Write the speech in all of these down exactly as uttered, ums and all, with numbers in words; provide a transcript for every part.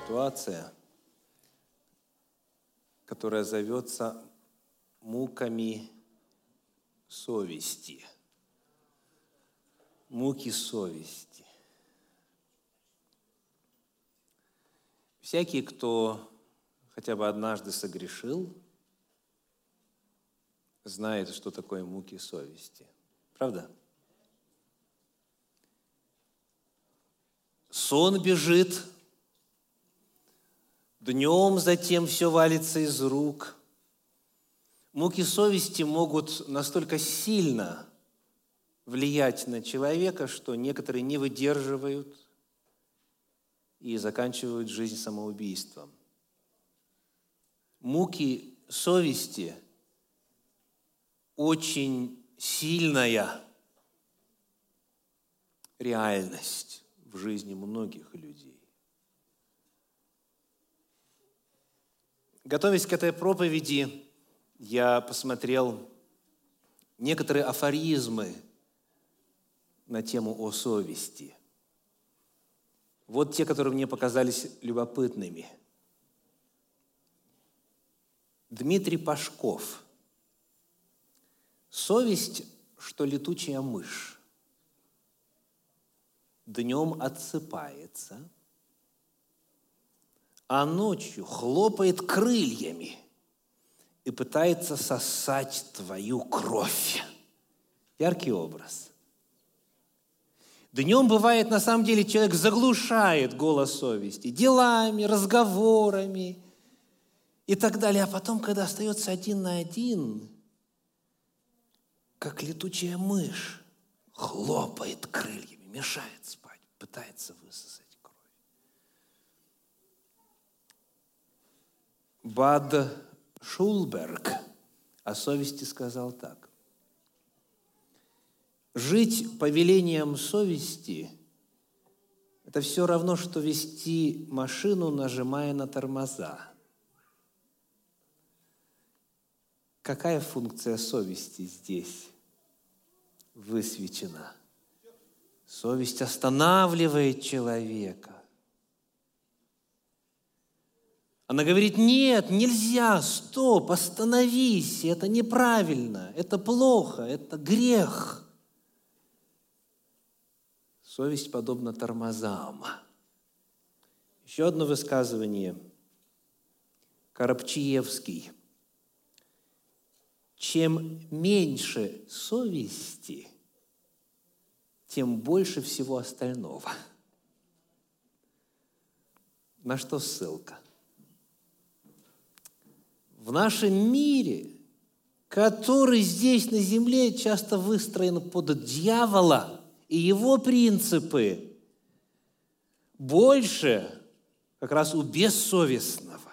ситуация, которая зовется муками совести. Муки совести. Всякий, кто хотя бы однажды согрешил, знает, что такое муки совести. Правда? Сон бежит, днем затем все валится из рук. Муки совести могут настолько сильно влиять на человека, что некоторые не выдерживают и заканчивают жизнь самоубийством. Муки совести очень сильная реальность в жизни многих людей. Готовясь к этой проповеди, я посмотрел некоторые афоризмы на тему о совести. Вот те, которые мне показались любопытными. Дмитрий Пашков. Совесть, что летучая мышь, днем отсыпается, а ночью хлопает крыльями и пытается сосать твою кровь. Яркий образ. Днем бывает, на самом деле, человек заглушает голос совести делами, разговорами и так далее. А потом, когда остается один на один, как летучая мышь, хлопает крыльями, мешает спать, пытается высосать кровь. Бад Шулберг о совести сказал так. Жить по велениям совести – это все равно, что вести машину, нажимая на тормоза. Какая функция совести здесь высвечена? Совесть останавливает человека. Она говорит: нет, нельзя, стоп, остановись, это неправильно, это плохо, это грех. Совесть подобна тормозам. Еще одно высказывание. Коробчиевский. Чем меньше совести, тем больше всего остального. На что ссылка? В нашем мире, который здесь на земле часто выстроен под дьявола и его принципы, больше как раз у бессовестного.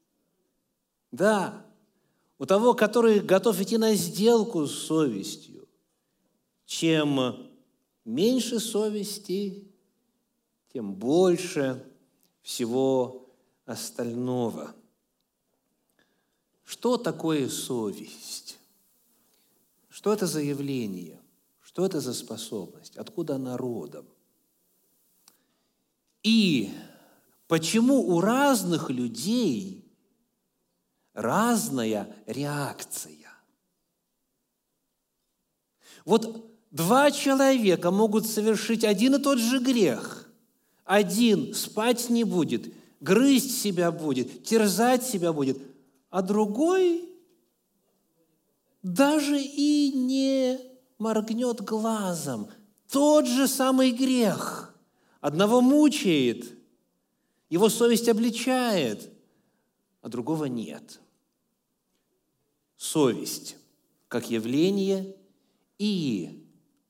Да, у того, который готов идти на сделку с совестью. Чем меньше совести, тем больше всего остального. Что такое совесть? Что это за явление? Что это за способность? Откуда она родом? И почему у разных людей разная реакция? Вот два человека могут совершить один и тот же грех. Один спать не будет, грызть себя будет, терзать себя будет, а другой даже и не моргнет глазом. Тот же самый грех. Одного мучает, его совесть обличает, а другого нет. Совесть как явление и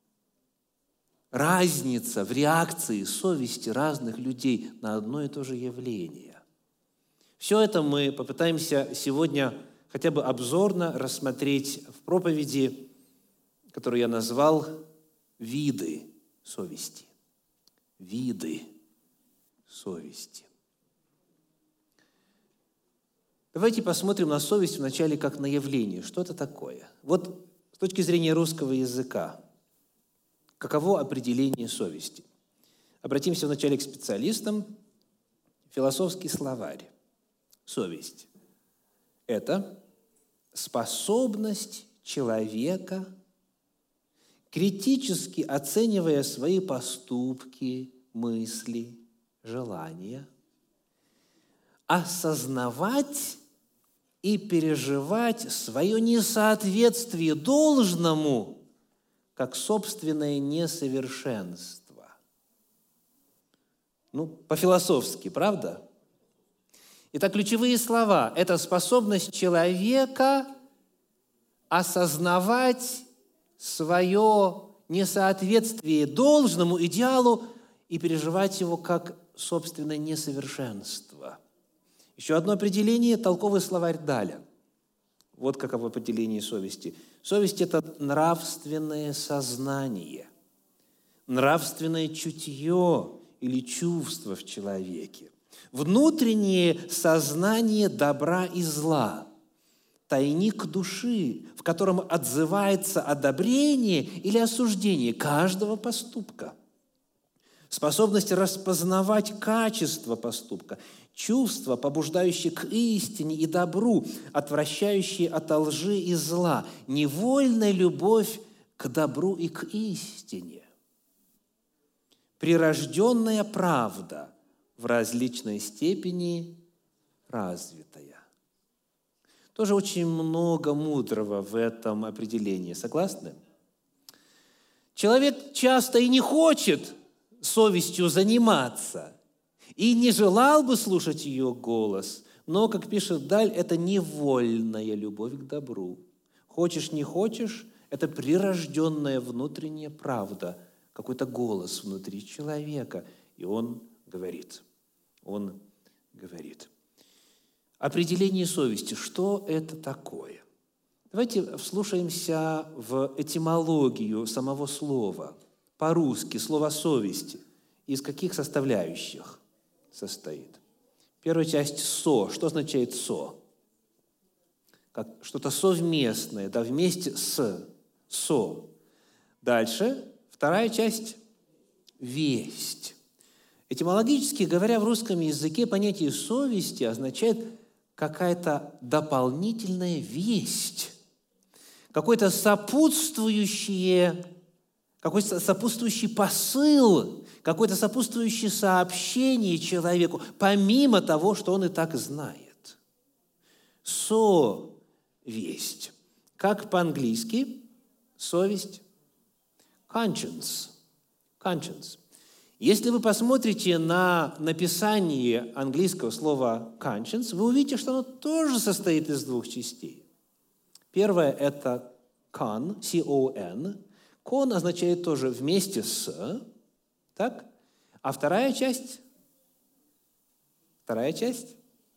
разница в реакции совести разных людей на одно и то же явление. Все это мы попытаемся сегодня хотя бы обзорно рассмотреть в проповеди, которую я назвал «Виды совести». Виды совести. Давайте посмотрим на совесть вначале как на явление. Что это такое? Вот с точки зрения русского языка, каково определение совести? Обратимся вначале к специалистам. Философский словарь. Совесть – это способность человека, критически оценивая свои поступки, мысли, желания, осознавать и переживать свое несоответствие должному, как собственное несовершенство. Ну, по-философски, правда? Итак, ключевые слова – это способность человека осознавать свое несоответствие должному идеалу и переживать его как собственное несовершенство. Еще одно определение – толковый словарь Даля. Вот каково определение совести. Совесть – это нравственное сознание, нравственное чутье или чувство в человеке, внутреннее сознание добра и зла, тайник души, в котором отзывается одобрение или осуждение каждого поступка, способность распознавать качество поступка, чувства, побуждающие к истине и добру, отвращающие от лжи и зла, невольная любовь к добру и к истине, прирожденная правда в различной степени развитая. Тоже очень много мудрого в этом определении. Согласны? Человек часто и не хочет совестью заниматься, и не желал бы слушать ее голос, но, как пишет Даль, это невольная любовь к добру. Хочешь, не хочешь, это прирожденная внутренняя правда, какой-то голос внутри человека, и он говорит, он говорит. Определение совести. Что это такое? Давайте вслушаемся в этимологию самого слова. По-русски слово «совесть» из каких составляющих состоит? Первая часть «со». Что означает «со»? Как что-то совместное, да, вместе с, «со». Дальше вторая часть «весть». Этимологически говоря, в русском языке понятие совести означает какая-то дополнительная весть, какое-то сопутствующее, какой-то сопутствующий посыл, какое-то сопутствующее сообщение человеку, помимо того, что он и так знает. Совесть. Как по-английски? Совесть. Conscience. Conscience. Если вы посмотрите на написание английского слова conscience, вы увидите, что оно тоже состоит из двух частей. Первая – это con, C O N. Con означает тоже «вместе с», так? А вторая часть? Вторая часть?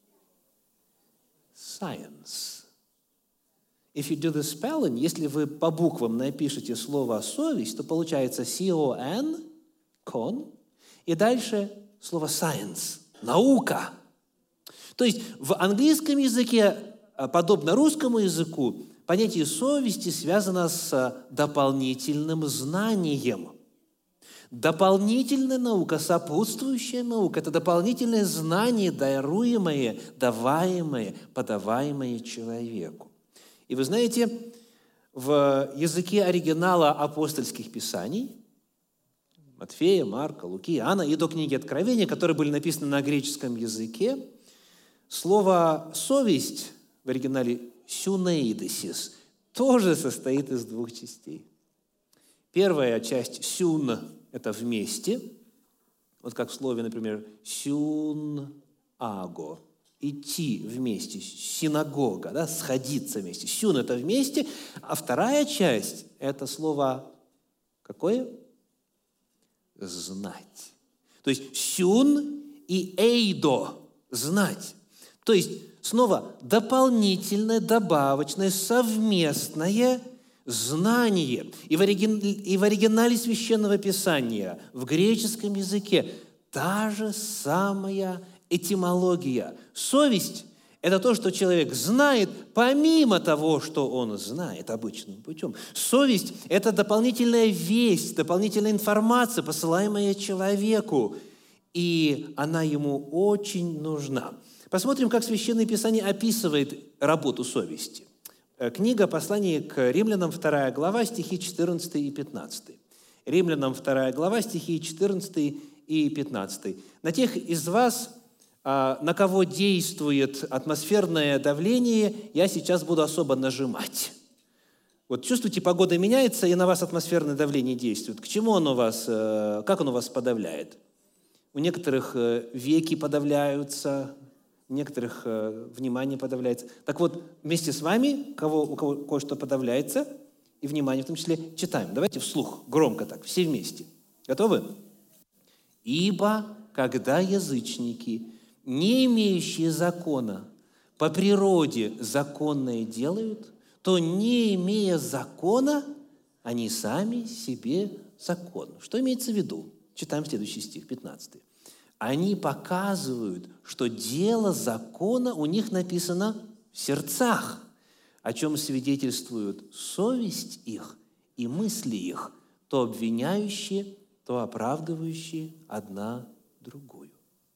Science. If you do the spelling, если вы по буквам напишете слово «совесть», то получается C O N, con, и дальше слово science, наука. То есть в английском языке, подобно русскому языку, понятие совести связано с дополнительным знанием. Дополнительная наука, сопутствующая наука – это дополнительное знание, даруемое, даваемое, подаваемое человеку. И вы знаете, в языке оригинала апостольских писаний Матфея, Марка, Луки, Иоанна и до книги Откровения, которые были написаны на греческом языке, слово «совесть» в оригинале «сюнейдесис» тоже состоит из двух частей. Первая часть «сюн» – это «вместе», вот как в слове, например, «сюн-аго» – «идти вместе», «синагога», да, «сходиться вместе». «Сюн» – это «вместе», а вторая часть – это слово какое? Знать. То есть «сюн» и «эйдо» – знать. То есть снова дополнительное, добавочное, совместное знание. И в, оригин... и в оригинале Священного Писания, в греческом языке, та же самая этимология. Совесть – это то, что человек знает, помимо того, что он знает обычным путем. Совесть – это дополнительная весть, дополнительная информация, посылаемая человеку. и она ему очень нужна. Посмотрим, как Священное Писание описывает работу совести. Книга «Послание к римлянам», вторая глава, стихи четырнадцатый и пятнадцатый. Римлянам, вторая глава, стихи четырнадцатый и пятнадцатый. На тех из вас, на кого действует атмосферное давление, я сейчас буду особо нажимать. Вот чувствуете, погода меняется, и на вас атмосферное давление действует. К чему оно вас, как оно вас подавляет? У некоторых веки подавляются, у некоторых внимание подавляется. Так вот, вместе с вами, кого, у кого кое-что подавляется, и внимание в том числе, читаем. Давайте вслух, громко так, все вместе. Готовы? «Ибо, когда язычники, не имеющие закона, по природе законное делают, то, не имея закона, они сами себе закон». Что имеется в виду? Читаем следующий стих, пятнадцатый. «Они показывают, что дело закона у них написано в сердцах, о чем свидетельствуют совесть их и мысли их, то обвиняющие, то оправдывающие одна другую».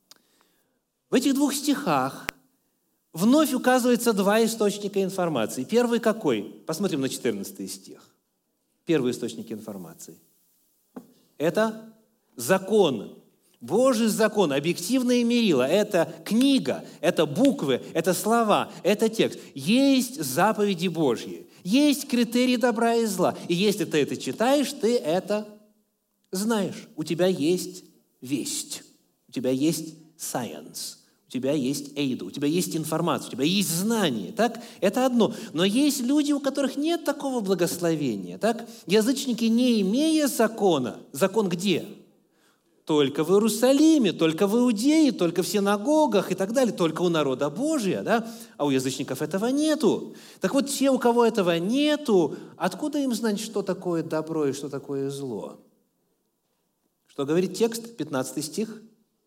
В этих двух стихах вновь указывается два источника информации. Первый какой? Посмотрим на четырнадцатый стих. Первый источник информации. Это закон. Божий закон, объективное мерило. Это книга, это буквы, это слова, это текст. Есть заповеди Божьи, есть критерии добра и зла. И если ты это читаешь, ты это знаешь. У тебя есть весть, у тебя есть science. У тебя есть эйда, у тебя есть информация, у тебя есть знание, так? Это одно. Но есть люди, у которых нет такого благословения, так? Язычники, не имея закона. Закон где? Только в Иерусалиме, только в Иудее, только в синагогах и так далее, только у народа Божия, да? А у язычников этого нету. Так вот, те, у кого этого нету, откуда им знать, что такое добро и что такое зло? Что говорит текст, пятнадцатый стих?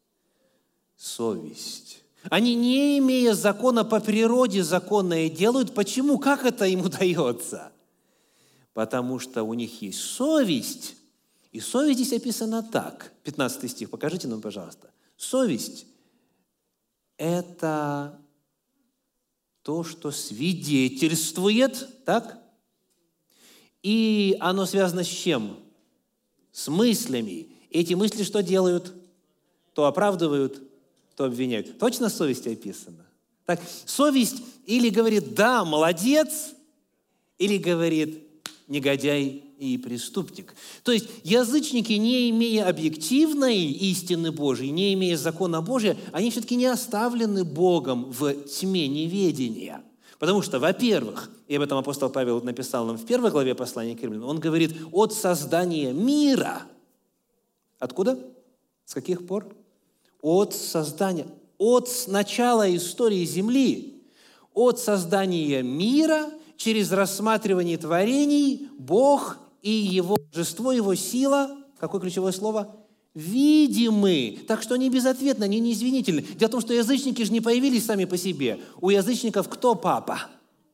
Совесть. Они, не имея закона по природе, законное делают. Почему? Как это им удается? Потому что у них есть совесть. И совесть здесь описана так. пятнадцатый стих, покажите нам, пожалуйста. Совесть – это то, что свидетельствует, так? И оно связано с чем? С мыслями. Эти мысли что делают? То оправдывают, то обвиняют. Точно совесть описана? Так, совесть или говорит «да, молодец», или говорит «негодяй и преступник». То есть язычники, не имея объективной истины Божией, не имея закона Божия, они все-таки не оставлены Богом в тьме неведения. Потому что, во-первых, и об этом апостол Павел написал нам в первой главе послания к римлянам, он говорит от создания мира. Откуда? С каких пор? От создания, от начала истории Земли, от создания мира, через рассматривание творений, Бог и Его божество, Его сила, какое ключевое слово? Видимы. Так что они безответны, они неизвинительны. Дело в том, что язычники же не появились сами по себе. У язычников кто папа?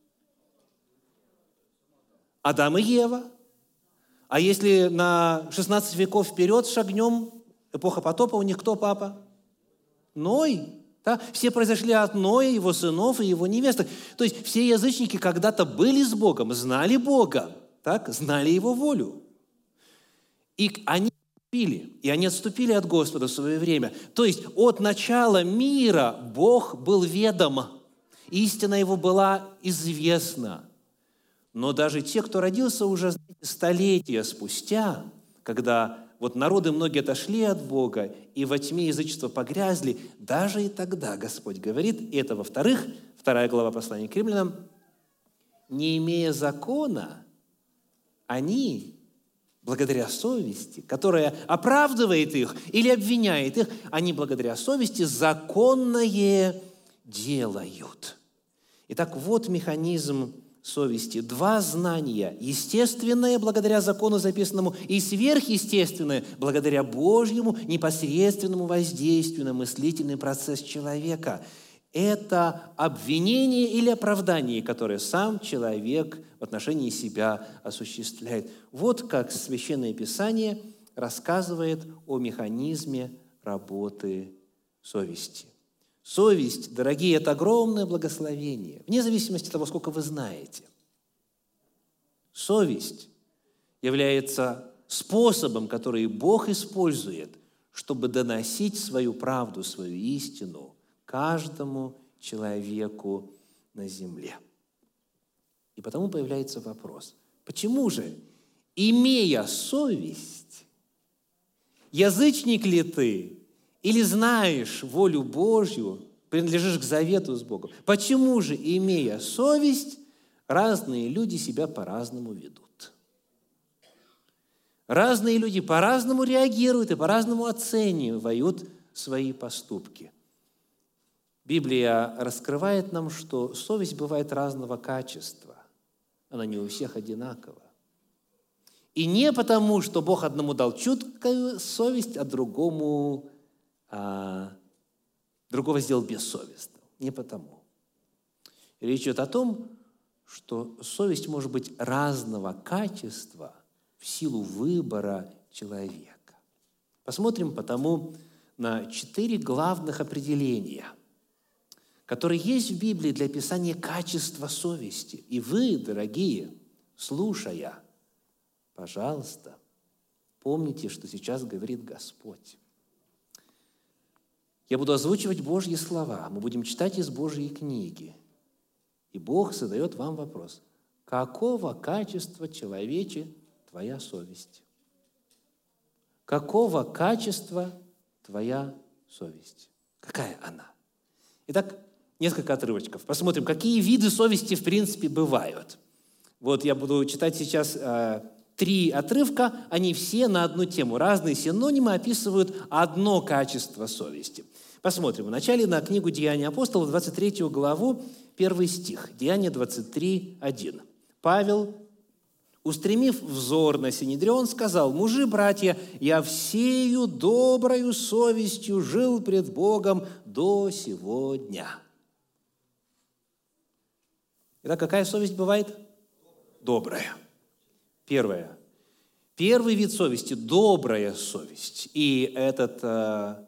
Адам и Ева. А если на шестнадцать веков вперед шагнем, эпоха потопа, у них кто папа? Ной. Да? Все произошли от Ноя, его сынов и его невесток. То есть все язычники когда-то были с Богом, знали Бога, так? Знали Его волю. И они отступили, и они отступили от Господа в свое время. То есть от начала мира Бог был ведом, истина Его была известна. Но даже те, кто родился уже столетия спустя, когда вот народы многие отошли от Бога и во тьме язычества погрязли, даже и тогда Господь говорит, и это во-вторых, вторая глава послания к римлянам, не имея закона, они, благодаря совести, которая оправдывает их или обвиняет их, они благодаря совести законное делают. Итак, вот механизм совести. Два знания. Естественное, благодаря закону записанному, и сверхъестественное, благодаря Божьему непосредственному воздействию на мыслительный процесс человека. Это обвинение или оправдание, которое сам человек в отношении себя осуществляет. Вот как Священное Писание рассказывает о механизме работы совести. Совесть, дорогие, это огромное благословение, вне зависимости от того, сколько вы знаете. Совесть является способом, который Бог использует, чтобы доносить свою правду, свою истину каждому человеку на земле. И потому появляется вопрос, почему же, имея совесть, язычник ли ты или знаешь волю Божью, принадлежишь к завету с Богом, почему же, имея совесть, разные люди себя по-разному ведут? Разные люди по-разному реагируют и по-разному оценивают свои поступки. Библия раскрывает нам, что совесть бывает разного качества. Она не у всех одинакова. И не потому, что Бог одному дал чуткую совесть, а другому а, другого сделал бессовестным. Не потому. Речь идет о том, что совесть может быть разного качества в силу выбора человека. Посмотрим потому на четыре главных определения, которые есть в Библии для описания качества совести. И вы, дорогие, слушая, пожалуйста, помните, что сейчас говорит Господь. Я буду озвучивать Божьи слова, мы будем читать из Божьей книги. И Бог задает вам вопрос: какого качества, человече, твоя совесть? Какого качества твоя совесть? Какая она? Итак, несколько отрывочков. Посмотрим, какие виды совести в принципе бывают. Вот я буду читать сейчас э, три отрывка, они все на одну тему. Разные синонимы описывают одно качество совести. Посмотрим. Вначале на книгу «Деяния апостолов», двадцать третью главу, первый стих. Деяния двадцать три, один. Павел, устремив взор на Синедрион, сказал: «Мужи, братья, я всею доброю совестью жил пред Богом до сего дня». Итак, какая совесть бывает? Добрая. Первое. Первый вид совести – добрая совесть. И этот э,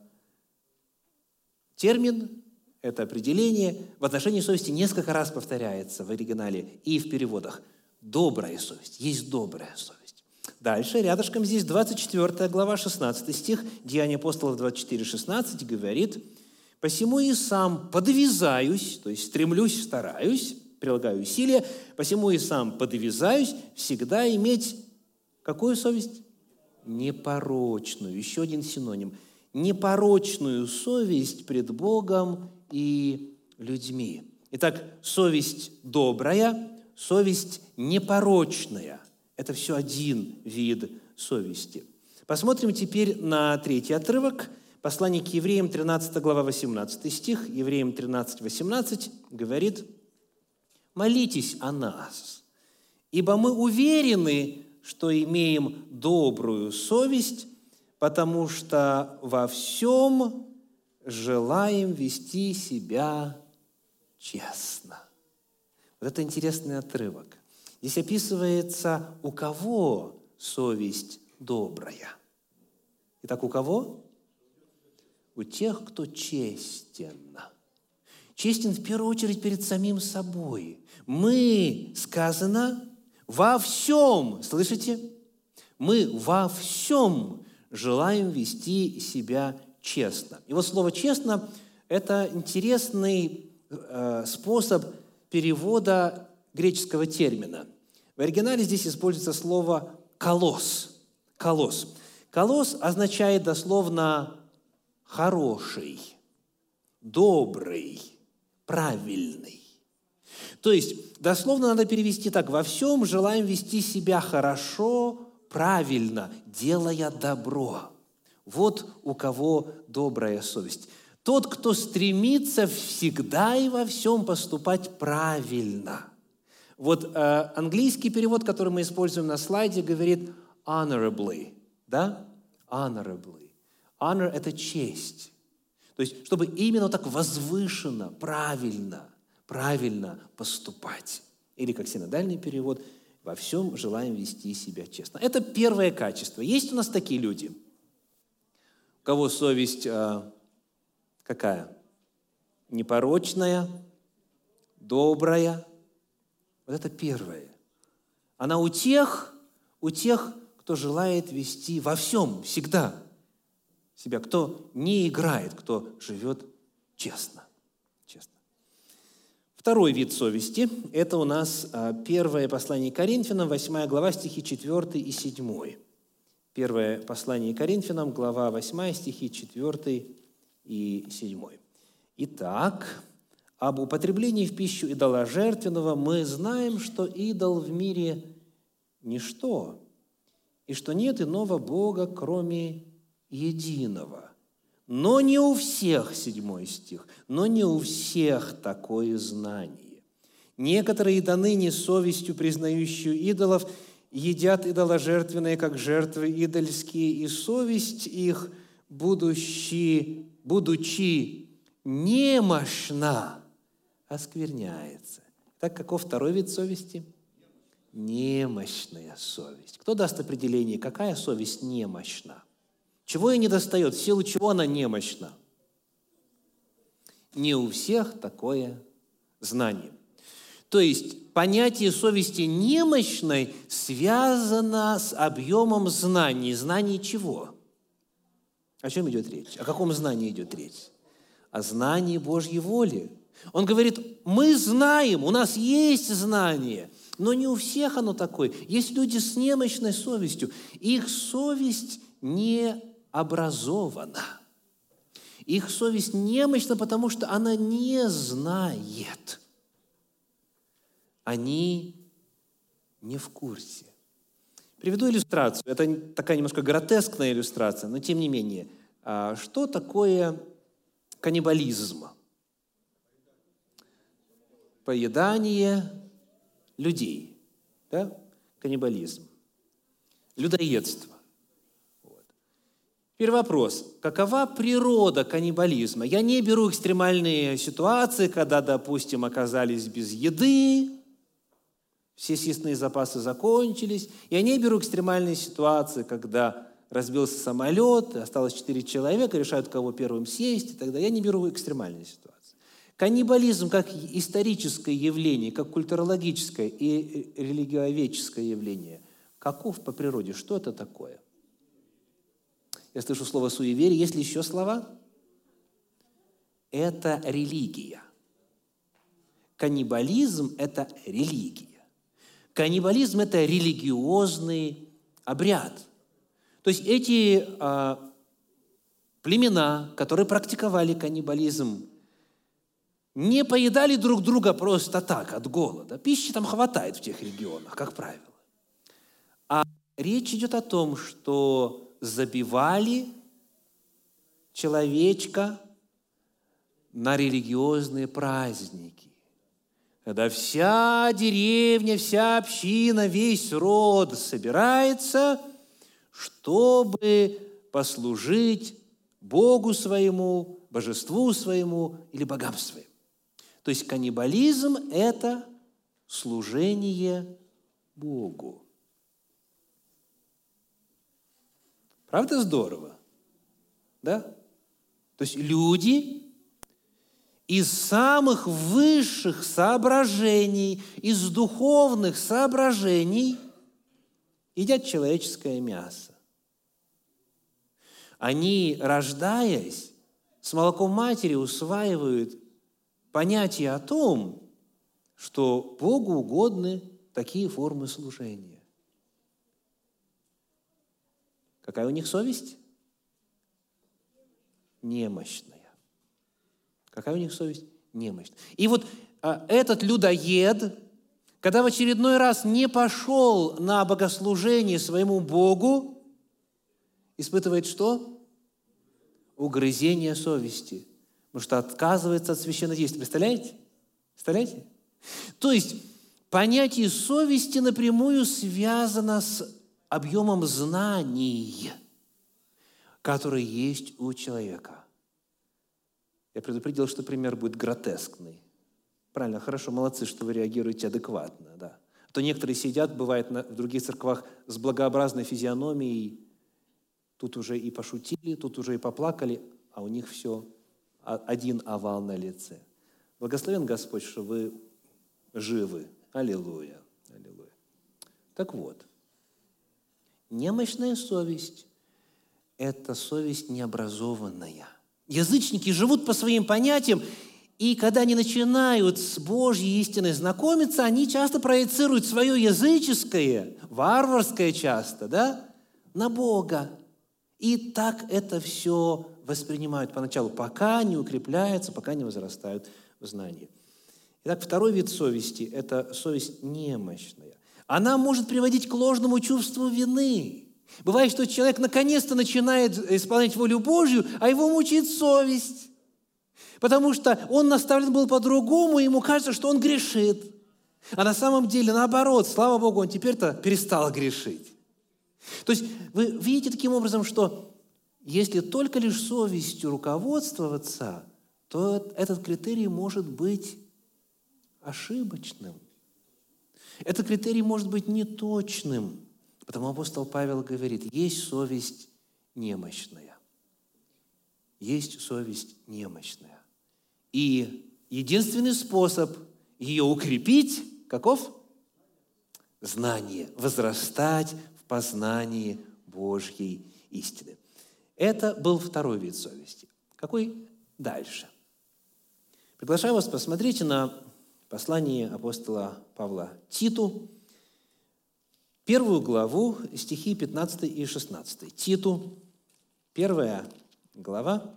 термин, это определение в отношении совести несколько раз повторяется в оригинале и в переводах. Добрая совесть. Есть добрая совесть. Дальше, рядышком здесь двадцать четвёртая глава, шестнадцатый стих, Деяния апостолов двадцать четыре, шестнадцать говорит: «Посему и сам подвязаюсь», то есть стремлюсь, стараюсь, прилагаю усилия, «посему и сам подвязаюсь всегда иметь» какую совесть? Непорочную. Еще один синоним. Непорочную совесть пред Богом и людьми. Итак, совесть добрая, совесть непорочная. Это все один вид совести. Посмотрим теперь на третий отрывок. Послание к Евреям, тринадцатая глава, восемнадцатый стих. Евреям тринадцать, восемнадцать говорит: «Молитесь о нас, ибо мы уверены, что имеем добрую совесть, потому что во всем желаем вести себя честно». Вот это интересный отрывок. Здесь описывается, у кого совесть добрая. Итак, у кого? У тех, кто честен. Честен в первую очередь перед самим собой. Мы, сказано, во всем, слышите? Мы во всем желаем вести себя честно. И вот слово «честно» – это интересный э, способ перевода греческого термина. В оригинале здесь используется слово «колос». «Колос». «Колос» означает дословно «хороший», «добрый», «правильный». То есть, дословно надо перевести так: «Во всем желаем вести себя хорошо, правильно, делая добро». Вот у кого добрая совесть. Тот, кто стремится всегда и во всем поступать правильно. Вот э, английский перевод, который мы используем на слайде, говорит honorably. Да? Honorably. Honor – это честь. То есть, чтобы именно так возвышенно, правильно, правильно поступать. Или, как синодальный перевод, во всем желаем вести себя честно. Это первое качество. Есть у нас такие люди? У кого совесть а, какая? Непорочная, добрая. Вот это первое. Она у тех, у тех, кто желает вести во всем, всегда себя, кто не играет, кто живет честно. честно. Второй вид совести – это у нас первое послание Коринфянам, восьмая глава, стихи четвёртый и седьмой. Первое послание Коринфянам, глава восьмая, стихи четвёртый и седьмой. Итак, об употреблении в пищу идоложертвенного мы знаем, что идол в мире – ничто, и что нет иного Бога, кроме единого. Но не у всех, седьмой стих, но не у всех такое знание. Некоторые до ныне совестью, признающую идолов, едят идоложертвенные, как жертвы идольские, и совесть их, будучи, будучи немощна, оскверняется. Так, каков второй вид совести? Немощная совесть. Кто даст определение, какая совесть немощна? Чего ей недостает? В силу чего она немощна? Не у всех такое знание. То есть понятие совести немощной связано с объемом знаний. Знаний чего? О чем идет речь? О каком знании идет речь? О знании Божьей воли. Он говорит, мы знаем, у нас есть знание, но не у всех оно такое. Есть люди с немощной совестью. Их совесть не образована. Их совесть немощна, потому что она не знает. Они не в курсе. Приведу иллюстрацию. Это такая немножко гротескная иллюстрация, но тем не менее. Что такое каннибализм? Поедание людей. Да? Каннибализм. Людоедство. Вот. Теперь вопрос. Какова природа каннибализма? Я не беру экстремальные ситуации, когда, допустим, оказались без еды, все съестные запасы закончились. Я не беру экстремальные ситуации, когда разбился самолет, осталось четыре человека, решают, кого первым съесть и так далее. Я не беру экстремальные ситуации. Каннибализм как историческое явление, как культурологическое и религиоведческое явление, каков по природе? Что это такое? Я слышу слово «суеверие». Есть ли еще слова? Это религия. Каннибализм – это религия. Каннибализм – это религиозный обряд. То есть эти а, племена, которые практиковали каннибализм, не поедали друг друга просто так, от голода. Пищи там хватает в тех регионах, как правило. А речь идет о том, что забивали человечка на религиозные праздники. Когда вся деревня, вся община, весь род собирается, чтобы послужить Богу своему, божеству своему или богам своим. То есть каннибализм – это служение Богу. Правда здорово? Да? То есть люди из самых высших соображений, из духовных соображений едят человеческое мясо. Они, рождаясь, с молоком матери усваивают понятие о том, что Богу угодны такие формы служения. Какая у них совесть? Немощная. Какая у них совесть? Немощная. И вот а, этот людоед, когда в очередной раз не пошел на богослужение своему Богу, испытывает что? Угрызение совести. Потому что отказывается от священнодействия. Представляете? Представляете? То есть понятие совести напрямую связано с объемом знаний, которые есть у человека. Я предупредил, что пример будет гротескный. Правильно, хорошо, молодцы, что вы реагируете адекватно. Да. А то некоторые сидят, бывает, на, в других церквах с благообразной физиономией Тут уже и пошутили, тут уже и поплакали, а у них все один овал на лице. Благословен Господь, что вы живы. Аллилуйя. Аллилуйя. Так вот, немощная совесть – это совесть необразованная. Язычники живут по своим понятиям, и когда они начинают с Божьей истиной знакомиться, они часто проецируют свое языческое, варварское часто, да, на Бога. И так это все воспринимают поначалу, пока не укрепляются, пока не возрастают в знании. Итак, второй вид совести – это совесть немощная. Она может приводить к ложному чувству вины. Бывает, что человек наконец-то начинает исполнять волю Божью, а его мучает совесть. Потому что он наставлен был по-другому, и ему кажется, что он грешит. А на самом деле, наоборот, слава Богу, он теперь-то перестал грешить. То есть вы видите таким образом, что если только лишь совестью руководствоваться, то этот критерий может быть ошибочным. Этот критерий может быть неточным. Потому апостол Павел говорит, есть совесть немощная. Есть совесть немощная. И единственный способ ее укрепить, каков? Знание, возрастать в познании Божьей истины. Это был второй вид совести. Какой дальше? Приглашаю вас посмотреть на послание апостола Павла Титу, первую главу, стихи пятнадцатый и шестнадцатый. Титу, первая глава,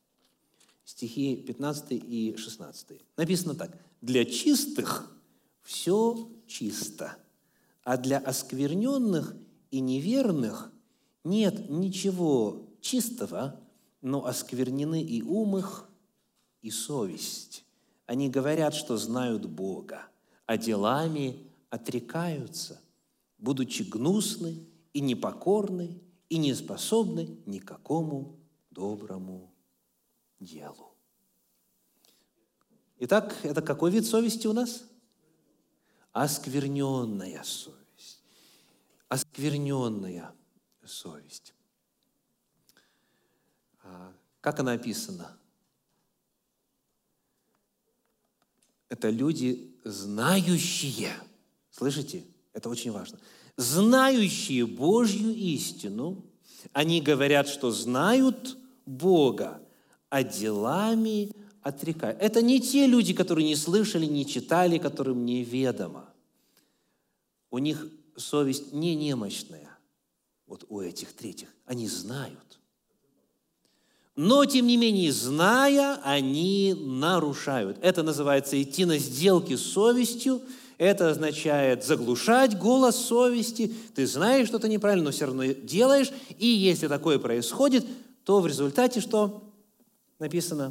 стихи пятнадцатый и шестнадцатый. Написано так. «Для чистых все чисто, а для оскверненных и неверных нет ничего чистого, но осквернены и ум их, и совесть. Они говорят, что знают Бога, а делами отрекаются, будучи гнусны и непокорны, и не способны ни к какому доброму делу». Итак, это какой вид совести у нас? Оскверненная совесть. Оскверненная совесть. Как она описана? Это люди, знающие, слышите? Это очень важно. Знающие Божью истину, они говорят, что знают Бога, а делами отрекают. Это не те люди, которые не слышали, не читали, которым неведомо. У них совесть не немощная, вот у этих третьих. Они знают. Но, тем не менее, зная, они нарушают. Это называется идти на сделки с совестью. Это означает заглушать голос совести. Ты знаешь, что ты неправильно, но все равно делаешь. И если такое происходит, то в результате что написано?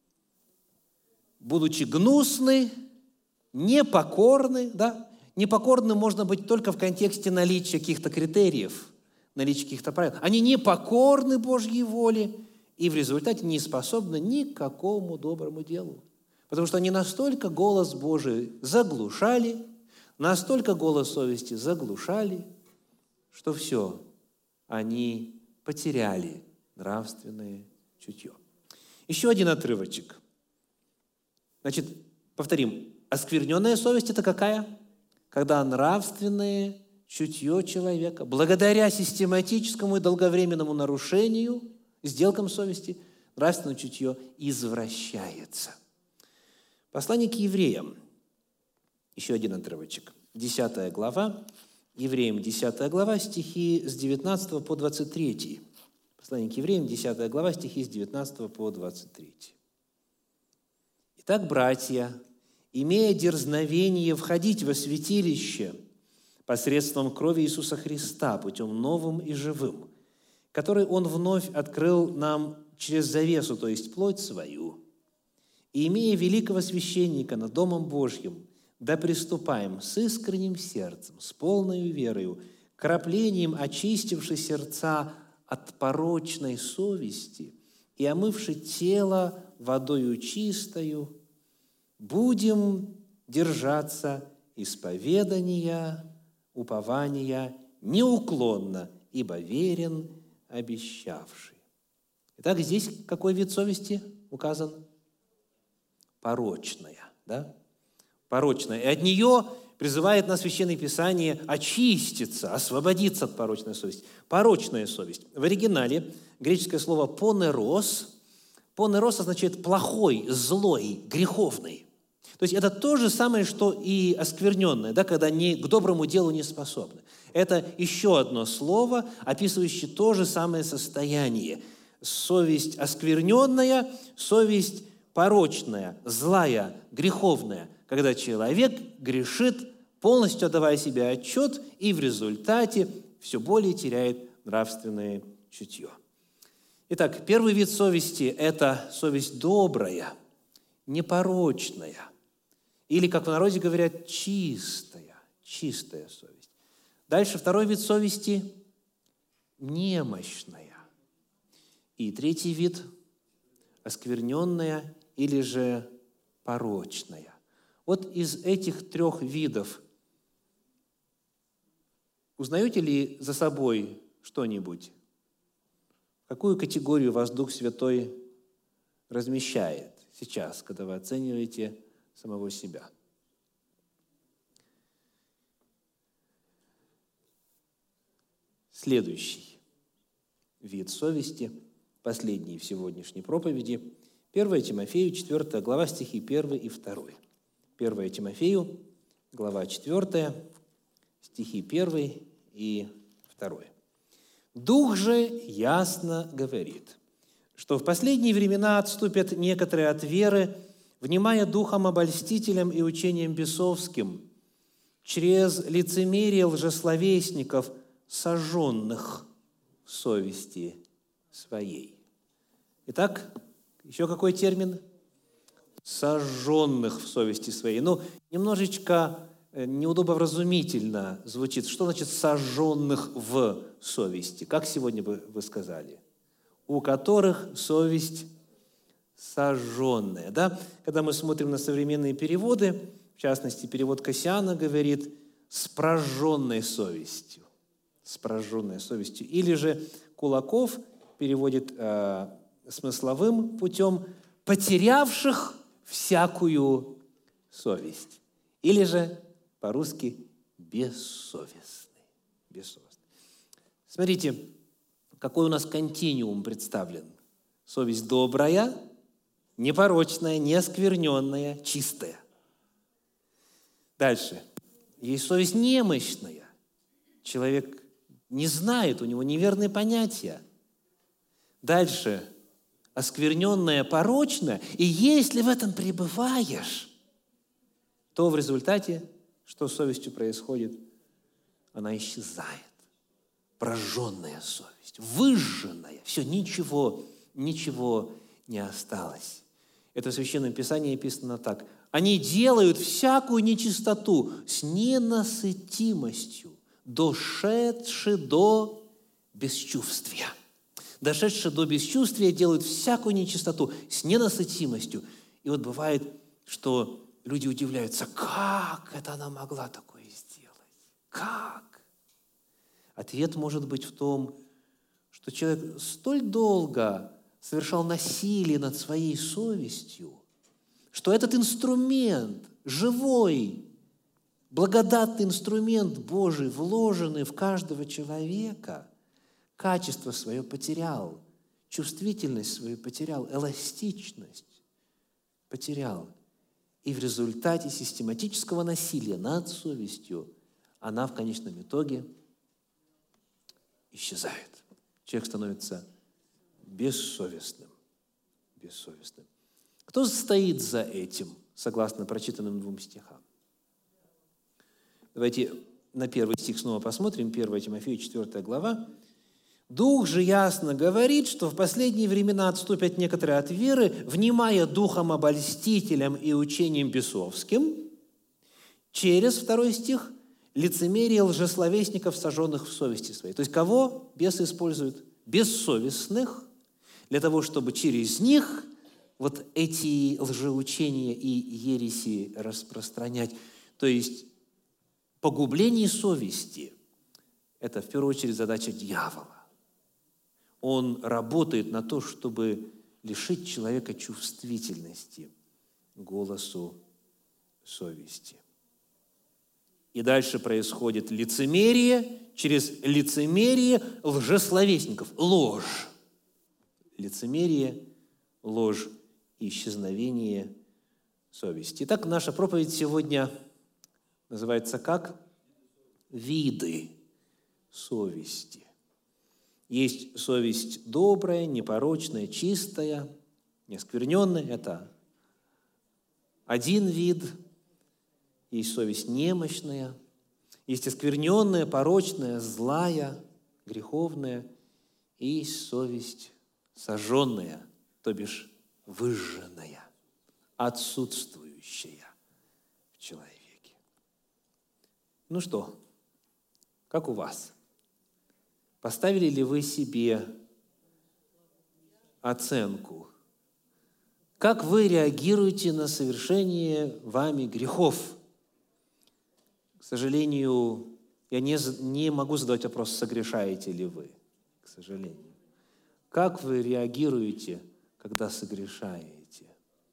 Будучи гнусны, непокорны. Да? Непокорным можно быть только в контексте наличия каких-то критериев, наличия каких-то правил. Они непокорны Божьей воле. И в результате не способны ни к какому доброму делу. Потому что они настолько голос Божий заглушали, настолько голос совести заглушали, что все, они потеряли нравственное чутье. Еще один отрывочек. Значит, повторим. Оскверненная совесть – это какая? Когда нравственное чутье человека, благодаря систематическому и долговременному нарушению, сделкам совести, нравственное чутье извращается. Послание к евреям. Еще один отрывочек. Десятая глава. Евреям, десятая глава, стихи с девятнадцатого по двадцать третий. Послание к евреям, десятая глава, стихи с девятнадцатого по двадцать третий. «Итак, братья, имея дерзновение входить во святилище посредством крови Иисуса Христа, путем новым и живым, который Он вновь открыл нам через завесу, то есть плоть свою, и, имея великого священника над Домом Божьим, да приступаем с искренним сердцем, с полной верою, краплением очистивши сердца от порочной совести и омывши тело водою чистою, будем держаться исповедания, упования неуклонно, ибо верен обещавший. Итак, здесь какой вид совести указан? Порочная, да? Порочная. И от нее призывает нас Священное Писание очиститься, освободиться от порочной совести. Порочная совесть. В оригинале греческое слово «понерос». «Понерос» означает «плохой», «злой», «греховный». То есть это то же самое, что и оскверненное, да, когда не, к доброму делу не способны. Это еще одно слово, описывающее то же самое состояние. Совесть оскверненная, совесть порочная, злая, греховная, когда человек грешит, полностью отдавая себе отчет, и в результате все более теряет нравственное чутье. Итак, первый вид совести – это совесть добрая, непорочная, или, как в народе говорят, чистая, чистая совесть. Дальше второй вид совести – немощная. И третий вид – оскверненная или же порочная. Вот из этих трех видов узнаете ли за собой что-нибудь? Какую категорию вас Дух Святой размещает сейчас, когда вы оцениваете самого себя? Следующий вид совести, последний в сегодняшней проповеди, первое Тимофею, четвёртая глава, стихи первый и второй. первое Тимофею, глава четвёртая, стихи первый и второй. «Дух же ясно говорит, что в последние времена отступят некоторые от веры, внимая духом обольстителям и учением бесовским, через лицемерие лжесловесников, сожженных в совести своей». Итак, еще какой термин? Сожженных в совести своей. Ну, немножечко неудобовразумительно звучит. Что значит сожженных в совести? Как сегодня бы вы сказали? У которых совесть сожженная. Да? Когда мы смотрим на современные переводы, в частности, перевод Кассиана говорит «с прожженной совестью». С прожженной совестью. Или же Кулаков переводит э, смысловым путем «потерявших всякую совесть». Или же по-русски «бессовестный». Бессовестный. Смотрите, какой у нас континуум представлен. Совесть добрая, непорочная, неоскверненная, чистая. Дальше. Есть совесть немощная. Человек не знает, у него неверные понятия. Дальше. Оскверненная, порочная. И если в этом пребываешь, то в результате, что с совестью происходит? Она исчезает. Прожженная совесть, выжженная. Все, ничего, ничего не осталось. Это в Священном Писании написано так. Они делают всякую нечистоту с ненасытимостью, дошедши до бесчувствия. Дошедши до бесчувствия, делают всякую нечистоту с ненасытимостью. И вот бывает, что люди удивляются, как это она могла такое сделать? Как? Ответ может быть в том, что человек столь долго совершал насилие над своей совестью, что этот инструмент, живой, благодатный инструмент Божий, вложенный в каждого человека, качество свое потерял, чувствительность свою потерял, эластичность потерял. И в результате систематического насилия над совестью она в конечном итоге исчезает. Человек становится бессовестным. Бессовестным. Кто стоит за этим, согласно прочитанным двум стихам? Давайте на первый стих снова посмотрим. первое Тимофею, четвёртая глава. «Дух же ясно говорит, что в последние времена отступят некоторые от веры, внимая духом обольстителям и учением бесовским». Через, второй стих, лицемерие лжесловесников, сожженных в совести своей. То есть кого бесы используют? Бессовестных, для того, чтобы через них вот эти лжеучения и ереси распространять. То есть погубление совести – это в первую очередь задача дьявола. он работает на то, чтобы лишить человека чувствительности к голосу совести. И дальше происходит лицемерие, через лицемерие лжесловесников, ложь. Лицемерие, ложь и исчезновение совести. Итак, наша проповедь сегодня называется как? Виды совести. Есть совесть добрая, непорочная, чистая, неоскверненная. Это один вид. Есть совесть немощная. Есть оскверненная, порочная, злая, греховная. И есть совесть сожженная, то бишь выжженная, отсутствующая в человеке. Ну что, как у вас? Поставили ли вы себе оценку? Как вы реагируете на совершение вами грехов? К сожалению, я не, не могу задать вопрос, согрешаете ли вы, к сожалению. Как вы реагируете, когда согрешаете?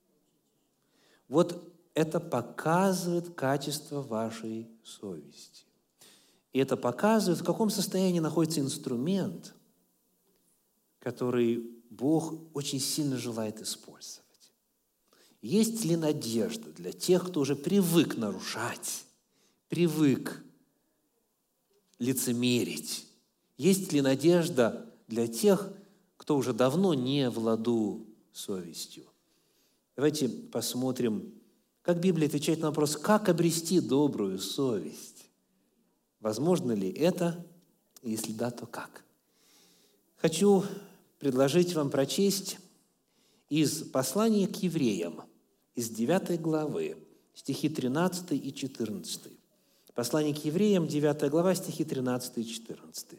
Вот это показывает качество вашей совести. И это показывает, в каком состоянии находится инструмент, который Бог очень сильно желает использовать. Есть ли надежда для тех, кто уже привык нарушать, привык лицемерить? Есть ли надежда для тех, кто уже давно не в ладу совестью? Давайте посмотрим, как Библия отвечает на вопрос, как обрести добрую совесть. Возможно ли это? Если да, то как? Хочу предложить вам прочесть из послания к евреям, из девятой главы, стихи тринадцатый и четырнадцатый. Послание к евреям, девятая глава, стихи тринадцатый и четырнадцатый.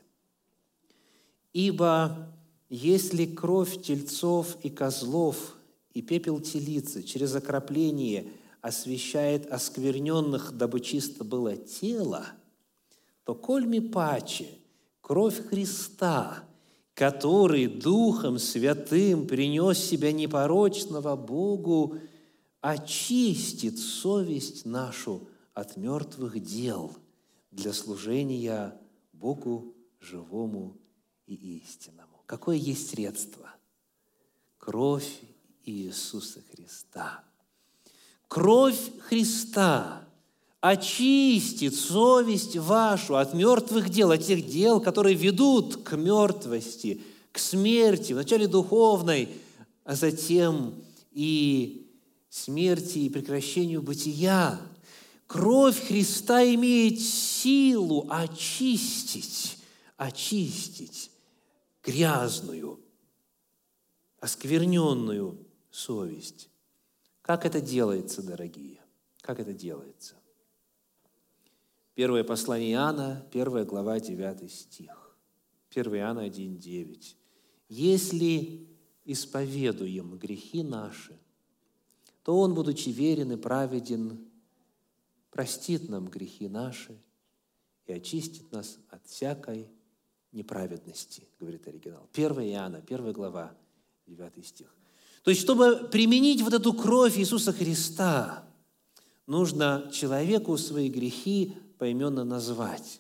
«Ибо если кровь тельцов и козлов и пепел телицы через окропление освящает оскверненных, дабы чисто было тело, то кольми паче кровь Христа, который Духом Святым принес себя непорочного Богу, очистит совесть нашу от мертвых дел для служения Богу живому и истинному». Какое есть средство? Кровь Иисуса Христа. Кровь Христа очистит совесть вашу от мертвых дел, от тех дел, которые ведут к мертвости, к смерти, вначале духовной, а затем и смерти и прекращению бытия. Кровь Христа имеет силу очистить, очистить грязную, оскверненную совесть. Как это делается, дорогие? Как это делается? Первое послание Иоанна, первая глава, девятый стих. первое Иоанна один, девять. «Если исповедуем грехи наши, то Он, будучи верен и праведен, простит нам грехи наши и очистит нас от всякой неправедности», говорит оригинал. первое Иоанна, первая глава, девятый стих. То есть, чтобы применить вот эту кровь Иисуса Христа, нужно человеку свои грехи поименно назвать.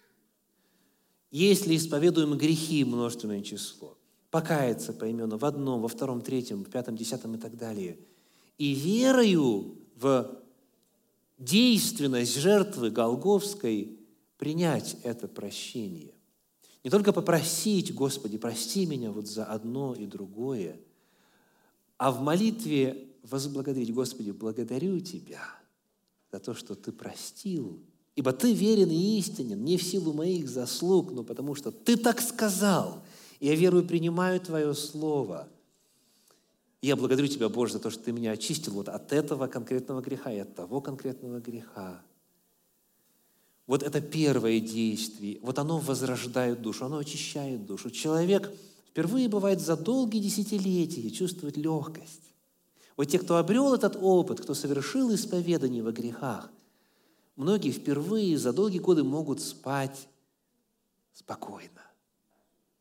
Если исповедуем грехи, множественное число, покаяться поименно в одном, во втором, третьем, в пятом, десятом и так далее, и верою в действенность жертвы Голгофской принять это прощение. Не только попросить: «Господи, прости меня вот за одно и другое», а в молитве возблагодарить: «Господи, благодарю Тебя за то, что Ты простил, ибо Ты верен и истинен, не в силу моих заслуг, но потому что Ты так сказал, и я верую и принимаю Твое Слово. И я благодарю Тебя, Боже, за то, что Ты меня очистил вот от этого конкретного греха и от того конкретного греха». Вот это первое действие. Вот оно возрождает душу, оно очищает душу. Человек впервые, бывает, за долгие десятилетия чувствует легкость. Вот те, кто обрел этот опыт, кто совершил исповедание во грехах, многие впервые за долгие годы могут спать спокойно.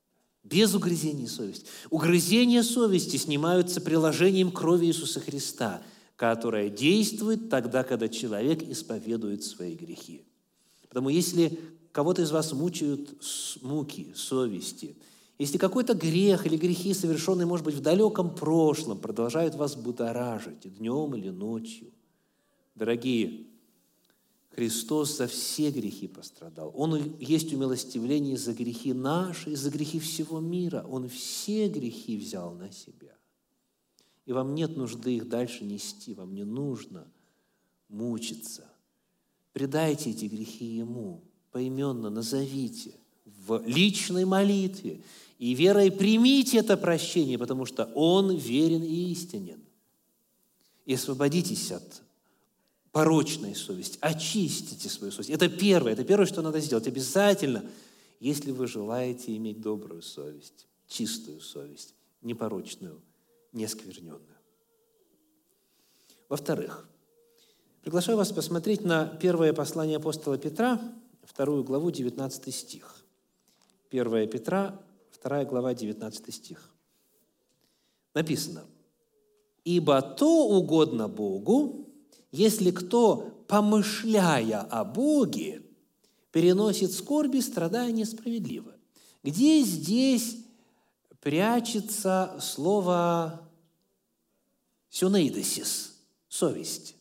Без угрызения совести. Угрызения совести снимаются приложением крови Иисуса Христа, которая действует тогда, когда человек исповедует свои грехи. Потому если кого-то из вас мучают муки совести, если какой-то грех или грехи, совершенные, может быть, в далеком прошлом, продолжают вас будоражить днем или ночью, дорогие, Христос за все грехи пострадал. Он есть умилостивление за грехи наши и за грехи всего мира. Он все грехи взял на себя. И вам нет нужды их дальше нести, вам не нужно мучиться. Предайте эти грехи Ему, поименно назовите в личной молитве и верой примите это прощение, потому что Он верен и истинен. И освободитесь от порочной совести, очистите свою совесть. Это первое, это первое, что надо сделать. Обязательно, если вы желаете иметь добрую совесть, чистую совесть, непорочную, неоскверненную. Во-вторых, приглашаю вас посмотреть на первое послание апостола Петра, вторую главу, девятнадцатый стих. первое Петра, вторая глава, девятнадцатый стих. Написано: «Ибо то угодно Богу, если кто, помышляя о Боге, переносит скорби, страдания справедливо». Где здесь прячется слово «сюнейдесис» – совесть?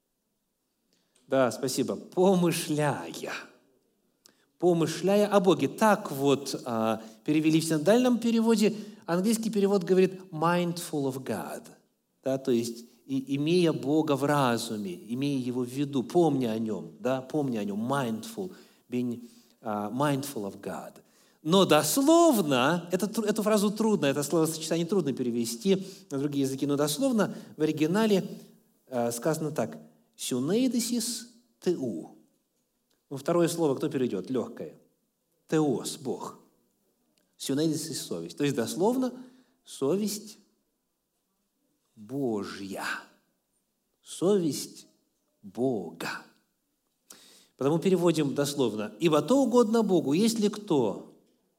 Да, спасибо. «Помышляя». «Помышляя о Боге». Так вот а, перевели в синодальном переводе. Английский перевод говорит «mindful of God». Да, то есть и имея Бога в разуме, имея Его в виду, помня о Нем, да, помня о Нем, mindful, being uh, mindful of God. Но дословно, это, эту фразу трудно, это словосочетание трудно перевести на другие языки, но дословно в оригинале uh, сказано так: «сюнейдесис теу». Ну, второе слово кто перейдет? Легкое. Теос, Бог. Сюнейдесис – совесть. То есть дословно совесть Божья. Совесть Бога. Потому переводим дословно: «Ибо то угодно Богу, если кто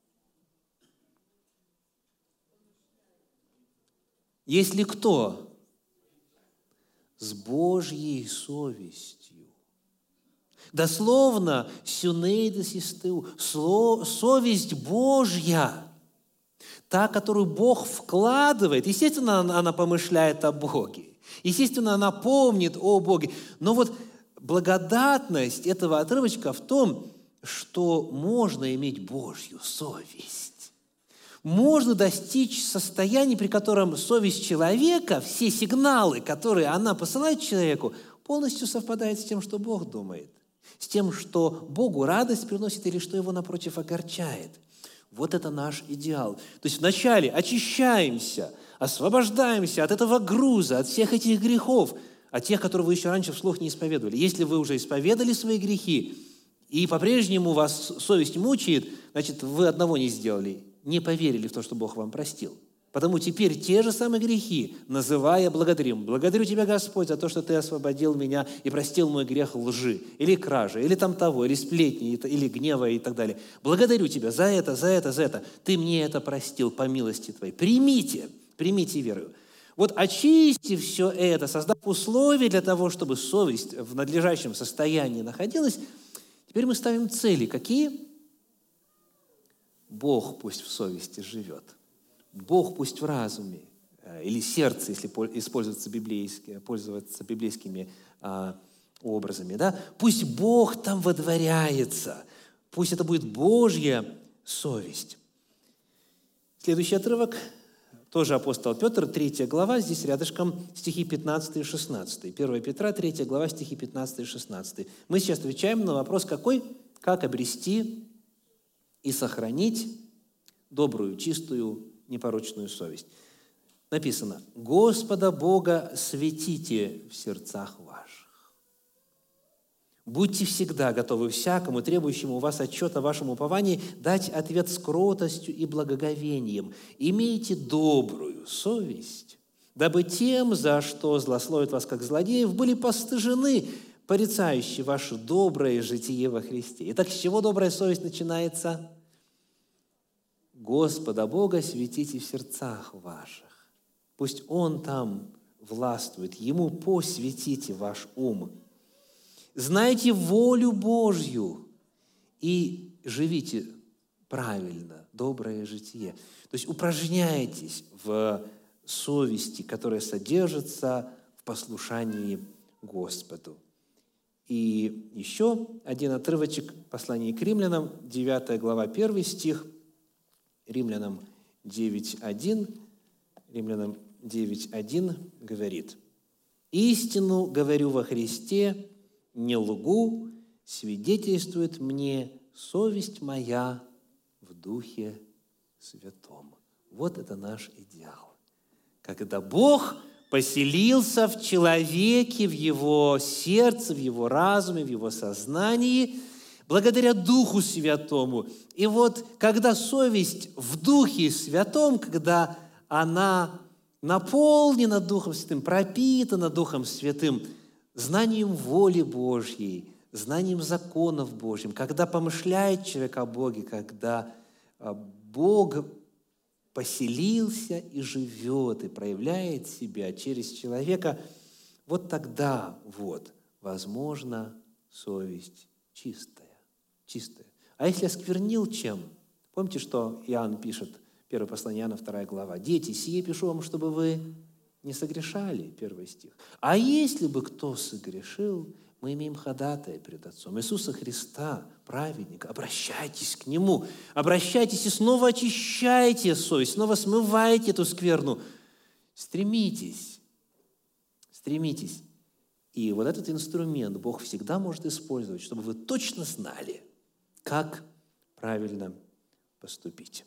если кто с Божьей совестью». Дословно «сюнейдесис теу» – совесть Божья. Та, которую Бог вкладывает, естественно, она, она помышляет о Боге. Естественно, она помнит о Боге. Но вот благодатность этого отрывочка в том, что можно иметь Божью совесть. Можно достичь состояния, при котором совесть человека, все сигналы, которые она посылает человеку, полностью совпадают с тем, что Бог думает. С тем, что Богу радость приносит или что Его, напротив, огорчает. Вот это наш идеал. То есть вначале очищаемся, освобождаемся от этого груза, от всех этих грехов, от тех, которые вы еще раньше вслух не исповедовали. Если вы уже исповедали свои грехи, и по-прежнему вас совесть мучает, значит, вы одного не сделали, не поверили в то, что Бог вам простил. Потому теперь те же самые грехи, называя, благодарим. Благодарю Тебя, Господь, за то, что Ты освободил меня и простил мой грех лжи, или кражи, или там того, или сплетни, или гнева и так далее. Благодарю Тебя за это, за это, за это. Ты мне это простил по милости Твоей. Примите, примите верою. Вот очистив все это, создав условия для того, чтобы совесть в надлежащем состоянии находилась, теперь мы ставим цели. Какие? Бог пусть в совести живет. Бог пусть в разуме или сердце, если использоваться библейскими, пользоваться библейскими а, образами, да? Пусть Бог там водворяется, пусть это будет Божья совесть. Следующий отрывок, тоже апостол Петр, третья глава, здесь рядышком стихи пятнадцатый и шестнадцатый. первое Петра, третья глава, стихи пятнадцатый и шестнадцатый. Мы сейчас отвечаем на вопрос какой? Как обрести и сохранить добрую, чистую, непорочную совесть. Написано: «Господа Бога светите в сердцах ваших». Будьте всегда готовы всякому, требующему у вас отчета о вашем уповании, дать ответ с кротостью и благоговением. Имейте добрую совесть, дабы тем, за что злословят вас как злодеев, были постыжены, порицающие ваше доброе житие во Христе. Итак, с чего добрая совесть начинается? Господа Бога светите в сердцах ваших. Пусть Он там властвует, Ему посвятите ваш ум. Знайте волю Божью и живите правильно, доброе житие. То есть упражняйтесь в совести, которая содержится в послушании Господу. И еще один отрывочек послания к Римлянам, девятая глава, первый стих, Римлянам девять один, Римлянам девять один говорит: «Истину говорю во Христе, не лгу, свидетельствует мне совесть моя в Духе Святом». Вот это наш идеал. Когда Бог поселился в человеке, в его сердце, в его разуме, в его сознании, благодаря Духу Святому. И вот когда совесть в Духе Святом, когда она наполнена Духом Святым, пропитана Духом Святым, знанием воли Божьей, знанием законов Божьих, когда помышляет человек о Боге, когда Бог поселился и живет, и проявляет себя через человека, вот тогда вот возможна совесть чистая, чистая. А если осквернил чем? Помните, что Иоанн пишет, первое послание Иоанна, вторая глава: «Дети, сие пишу вам, чтобы вы не согрешали», первый стих. «А если бы кто согрешил, мы имеем ходатая перед Отцом, Иисуса Христа, праведника. Обращайтесь к Нему, обращайтесь и снова очищайте совесть, снова смывайте эту скверну. Стремитесь, стремитесь». И вот этот инструмент Бог всегда может использовать, чтобы вы точно знали, как правильно поступить.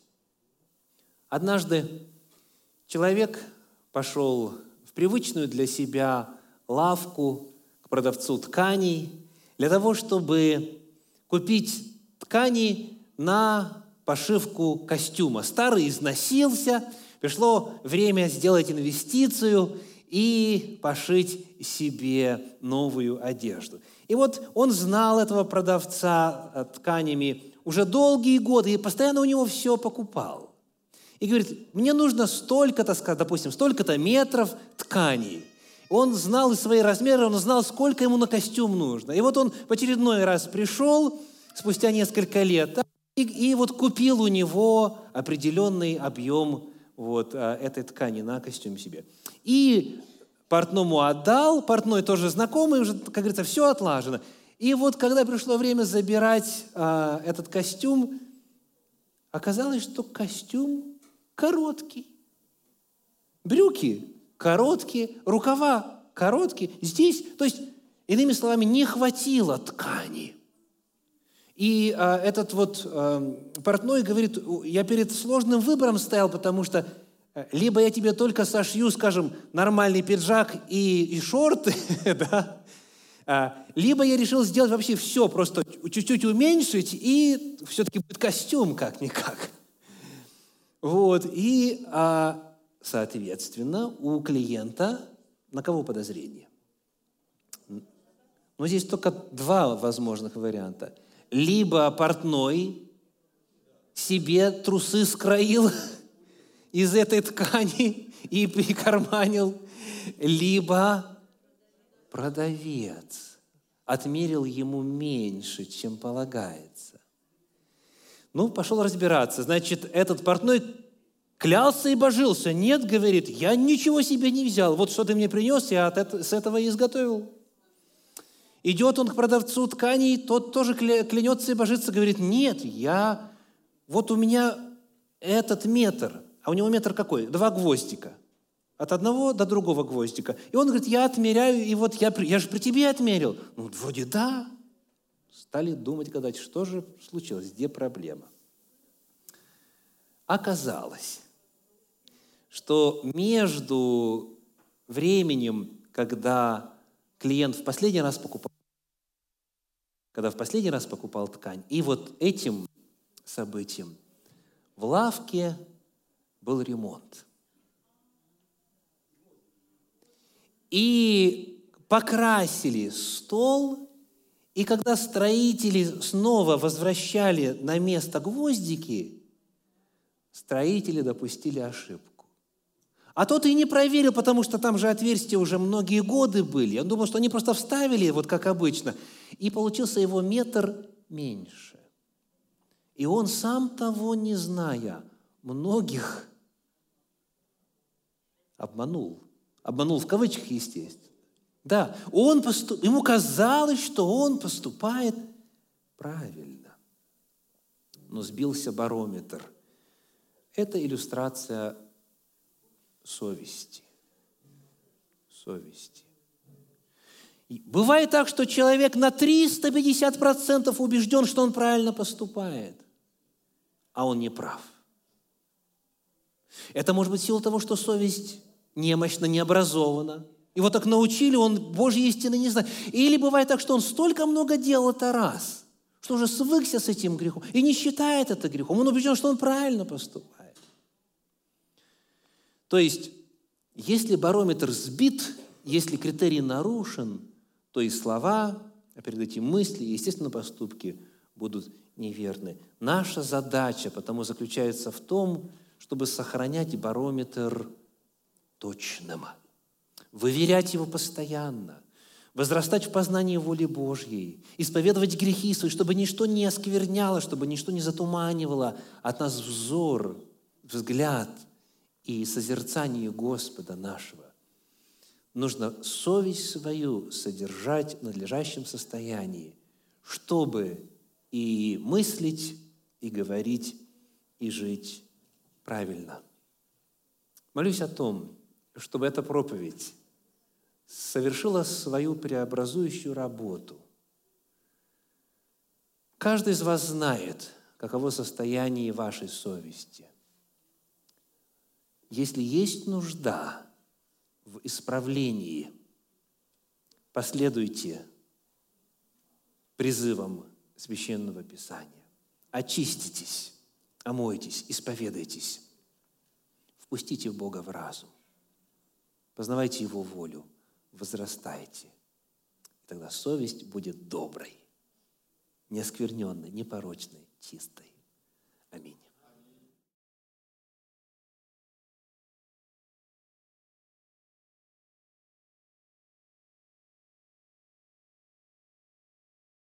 Однажды человек пошел в привычную для себя лавку к продавцу тканей для того, чтобы купить ткани на пошивку костюма. Старый износился, пришло время сделать инвестицию и пошить себе новую одежду. И вот он знал этого продавца тканями уже долгие годы и постоянно у него все покупал. И говорит: мне нужно столько-то, допустим, столько-то метров тканей. Он знал и свои размеры, он знал, сколько ему на костюм нужно. И вот он в очередной раз пришел, спустя несколько лет, и, и вот купил у него определенный объем вот, этой ткани на костюм себе. И портному отдал, портной тоже знакомый, уже, как говорится, все отлажено. И вот когда пришло время забирать а, этот костюм, оказалось, что костюм короткий. Брюки короткие, рукава короткие. Здесь, то есть, иными словами, не хватило ткани. И а, этот вот а, портной говорит: я перед сложным выбором стоял, потому что либо я тебе только сошью, скажем, нормальный пиджак и, и шорты, да, а, либо я решил сделать вообще все, просто чуть-чуть уменьшить, и все-таки будет костюм как-никак. Вот, и... А, соответственно, у клиента на кого подозрение? Но здесь только два возможных варианта. Либо портной себе трусы скроил из этой ткани и прикарманил, либо продавец отмерил ему меньше, чем полагается. Ну, пошел разбираться. Значит, этот портной клялся и божился. Нет, говорит, я ничего себе не взял. Вот что ты мне принес, я от этого, с этого и изготовил. Идет он к продавцу тканей, тот тоже клянется и божится, говорит: нет, я, вот у меня этот метр, а у него метр какой? Два гвоздика. От одного до другого гвоздика. И он говорит: я отмеряю, и вот я, я же при тебе отмерил. Ну, вроде да. Стали думать, гадать, что же случилось, где проблема. Оказалось, что между временем, когда клиент в последний раз покупал, когда в последний раз покупал ткань, и вот этим событием в лавке был ремонт. И покрасили стол, и когда строители снова возвращали на место гвоздики, строители допустили ошибку. А тот и не проверил, потому что там же отверстия уже многие годы были. Он думал, что они просто вставили, вот как обычно, и получился его метр меньше. И он, сам того не зная, многих обманул. Обманул в кавычках, естественно. Да, он поступ... ему казалось, что он поступает правильно. Но сбился барометр. Это иллюстрация совести. Совести. И бывает так, что человек на триста пятьдесят процентов убежден, что он правильно поступает, а он не прав. Это может быть в силу того, что совесть немощна, необразована. Его так научили, он Божьей истины не знает. Или бывает так, что он столько много делал это раз, что уже свыкся с этим грехом и не считает это грехом. Он убежден, что он правильно поступает. То есть, если барометр сбит, если критерий нарушен, то и слова, а перед этим мысли, и, естественно, поступки будут неверны. Наша задача потому заключается в том, чтобы сохранять барометр точным, выверять его постоянно, возрастать в познании воли Божьей, исповедовать грехи свои, чтобы ничто не оскверняло, чтобы ничто не затуманивало от нас взор, взгляд и созерцание Господа нашего. Нужно совесть свою содержать в надлежащем состоянии, чтобы и мыслить, и говорить, и жить правильно. Молюсь о том, чтобы эта проповедь совершила свою преобразующую работу. Каждый из вас знает, каково состояние вашей совести. Если есть нужда в исправлении, последуйте призывам Священного Писания. Очиститесь, омойтесь, исповедайтесь, впустите Бога в разум, познавайте Его волю, возрастайте. И тогда совесть будет доброй, неоскверненной, непорочной, чистой. Аминь.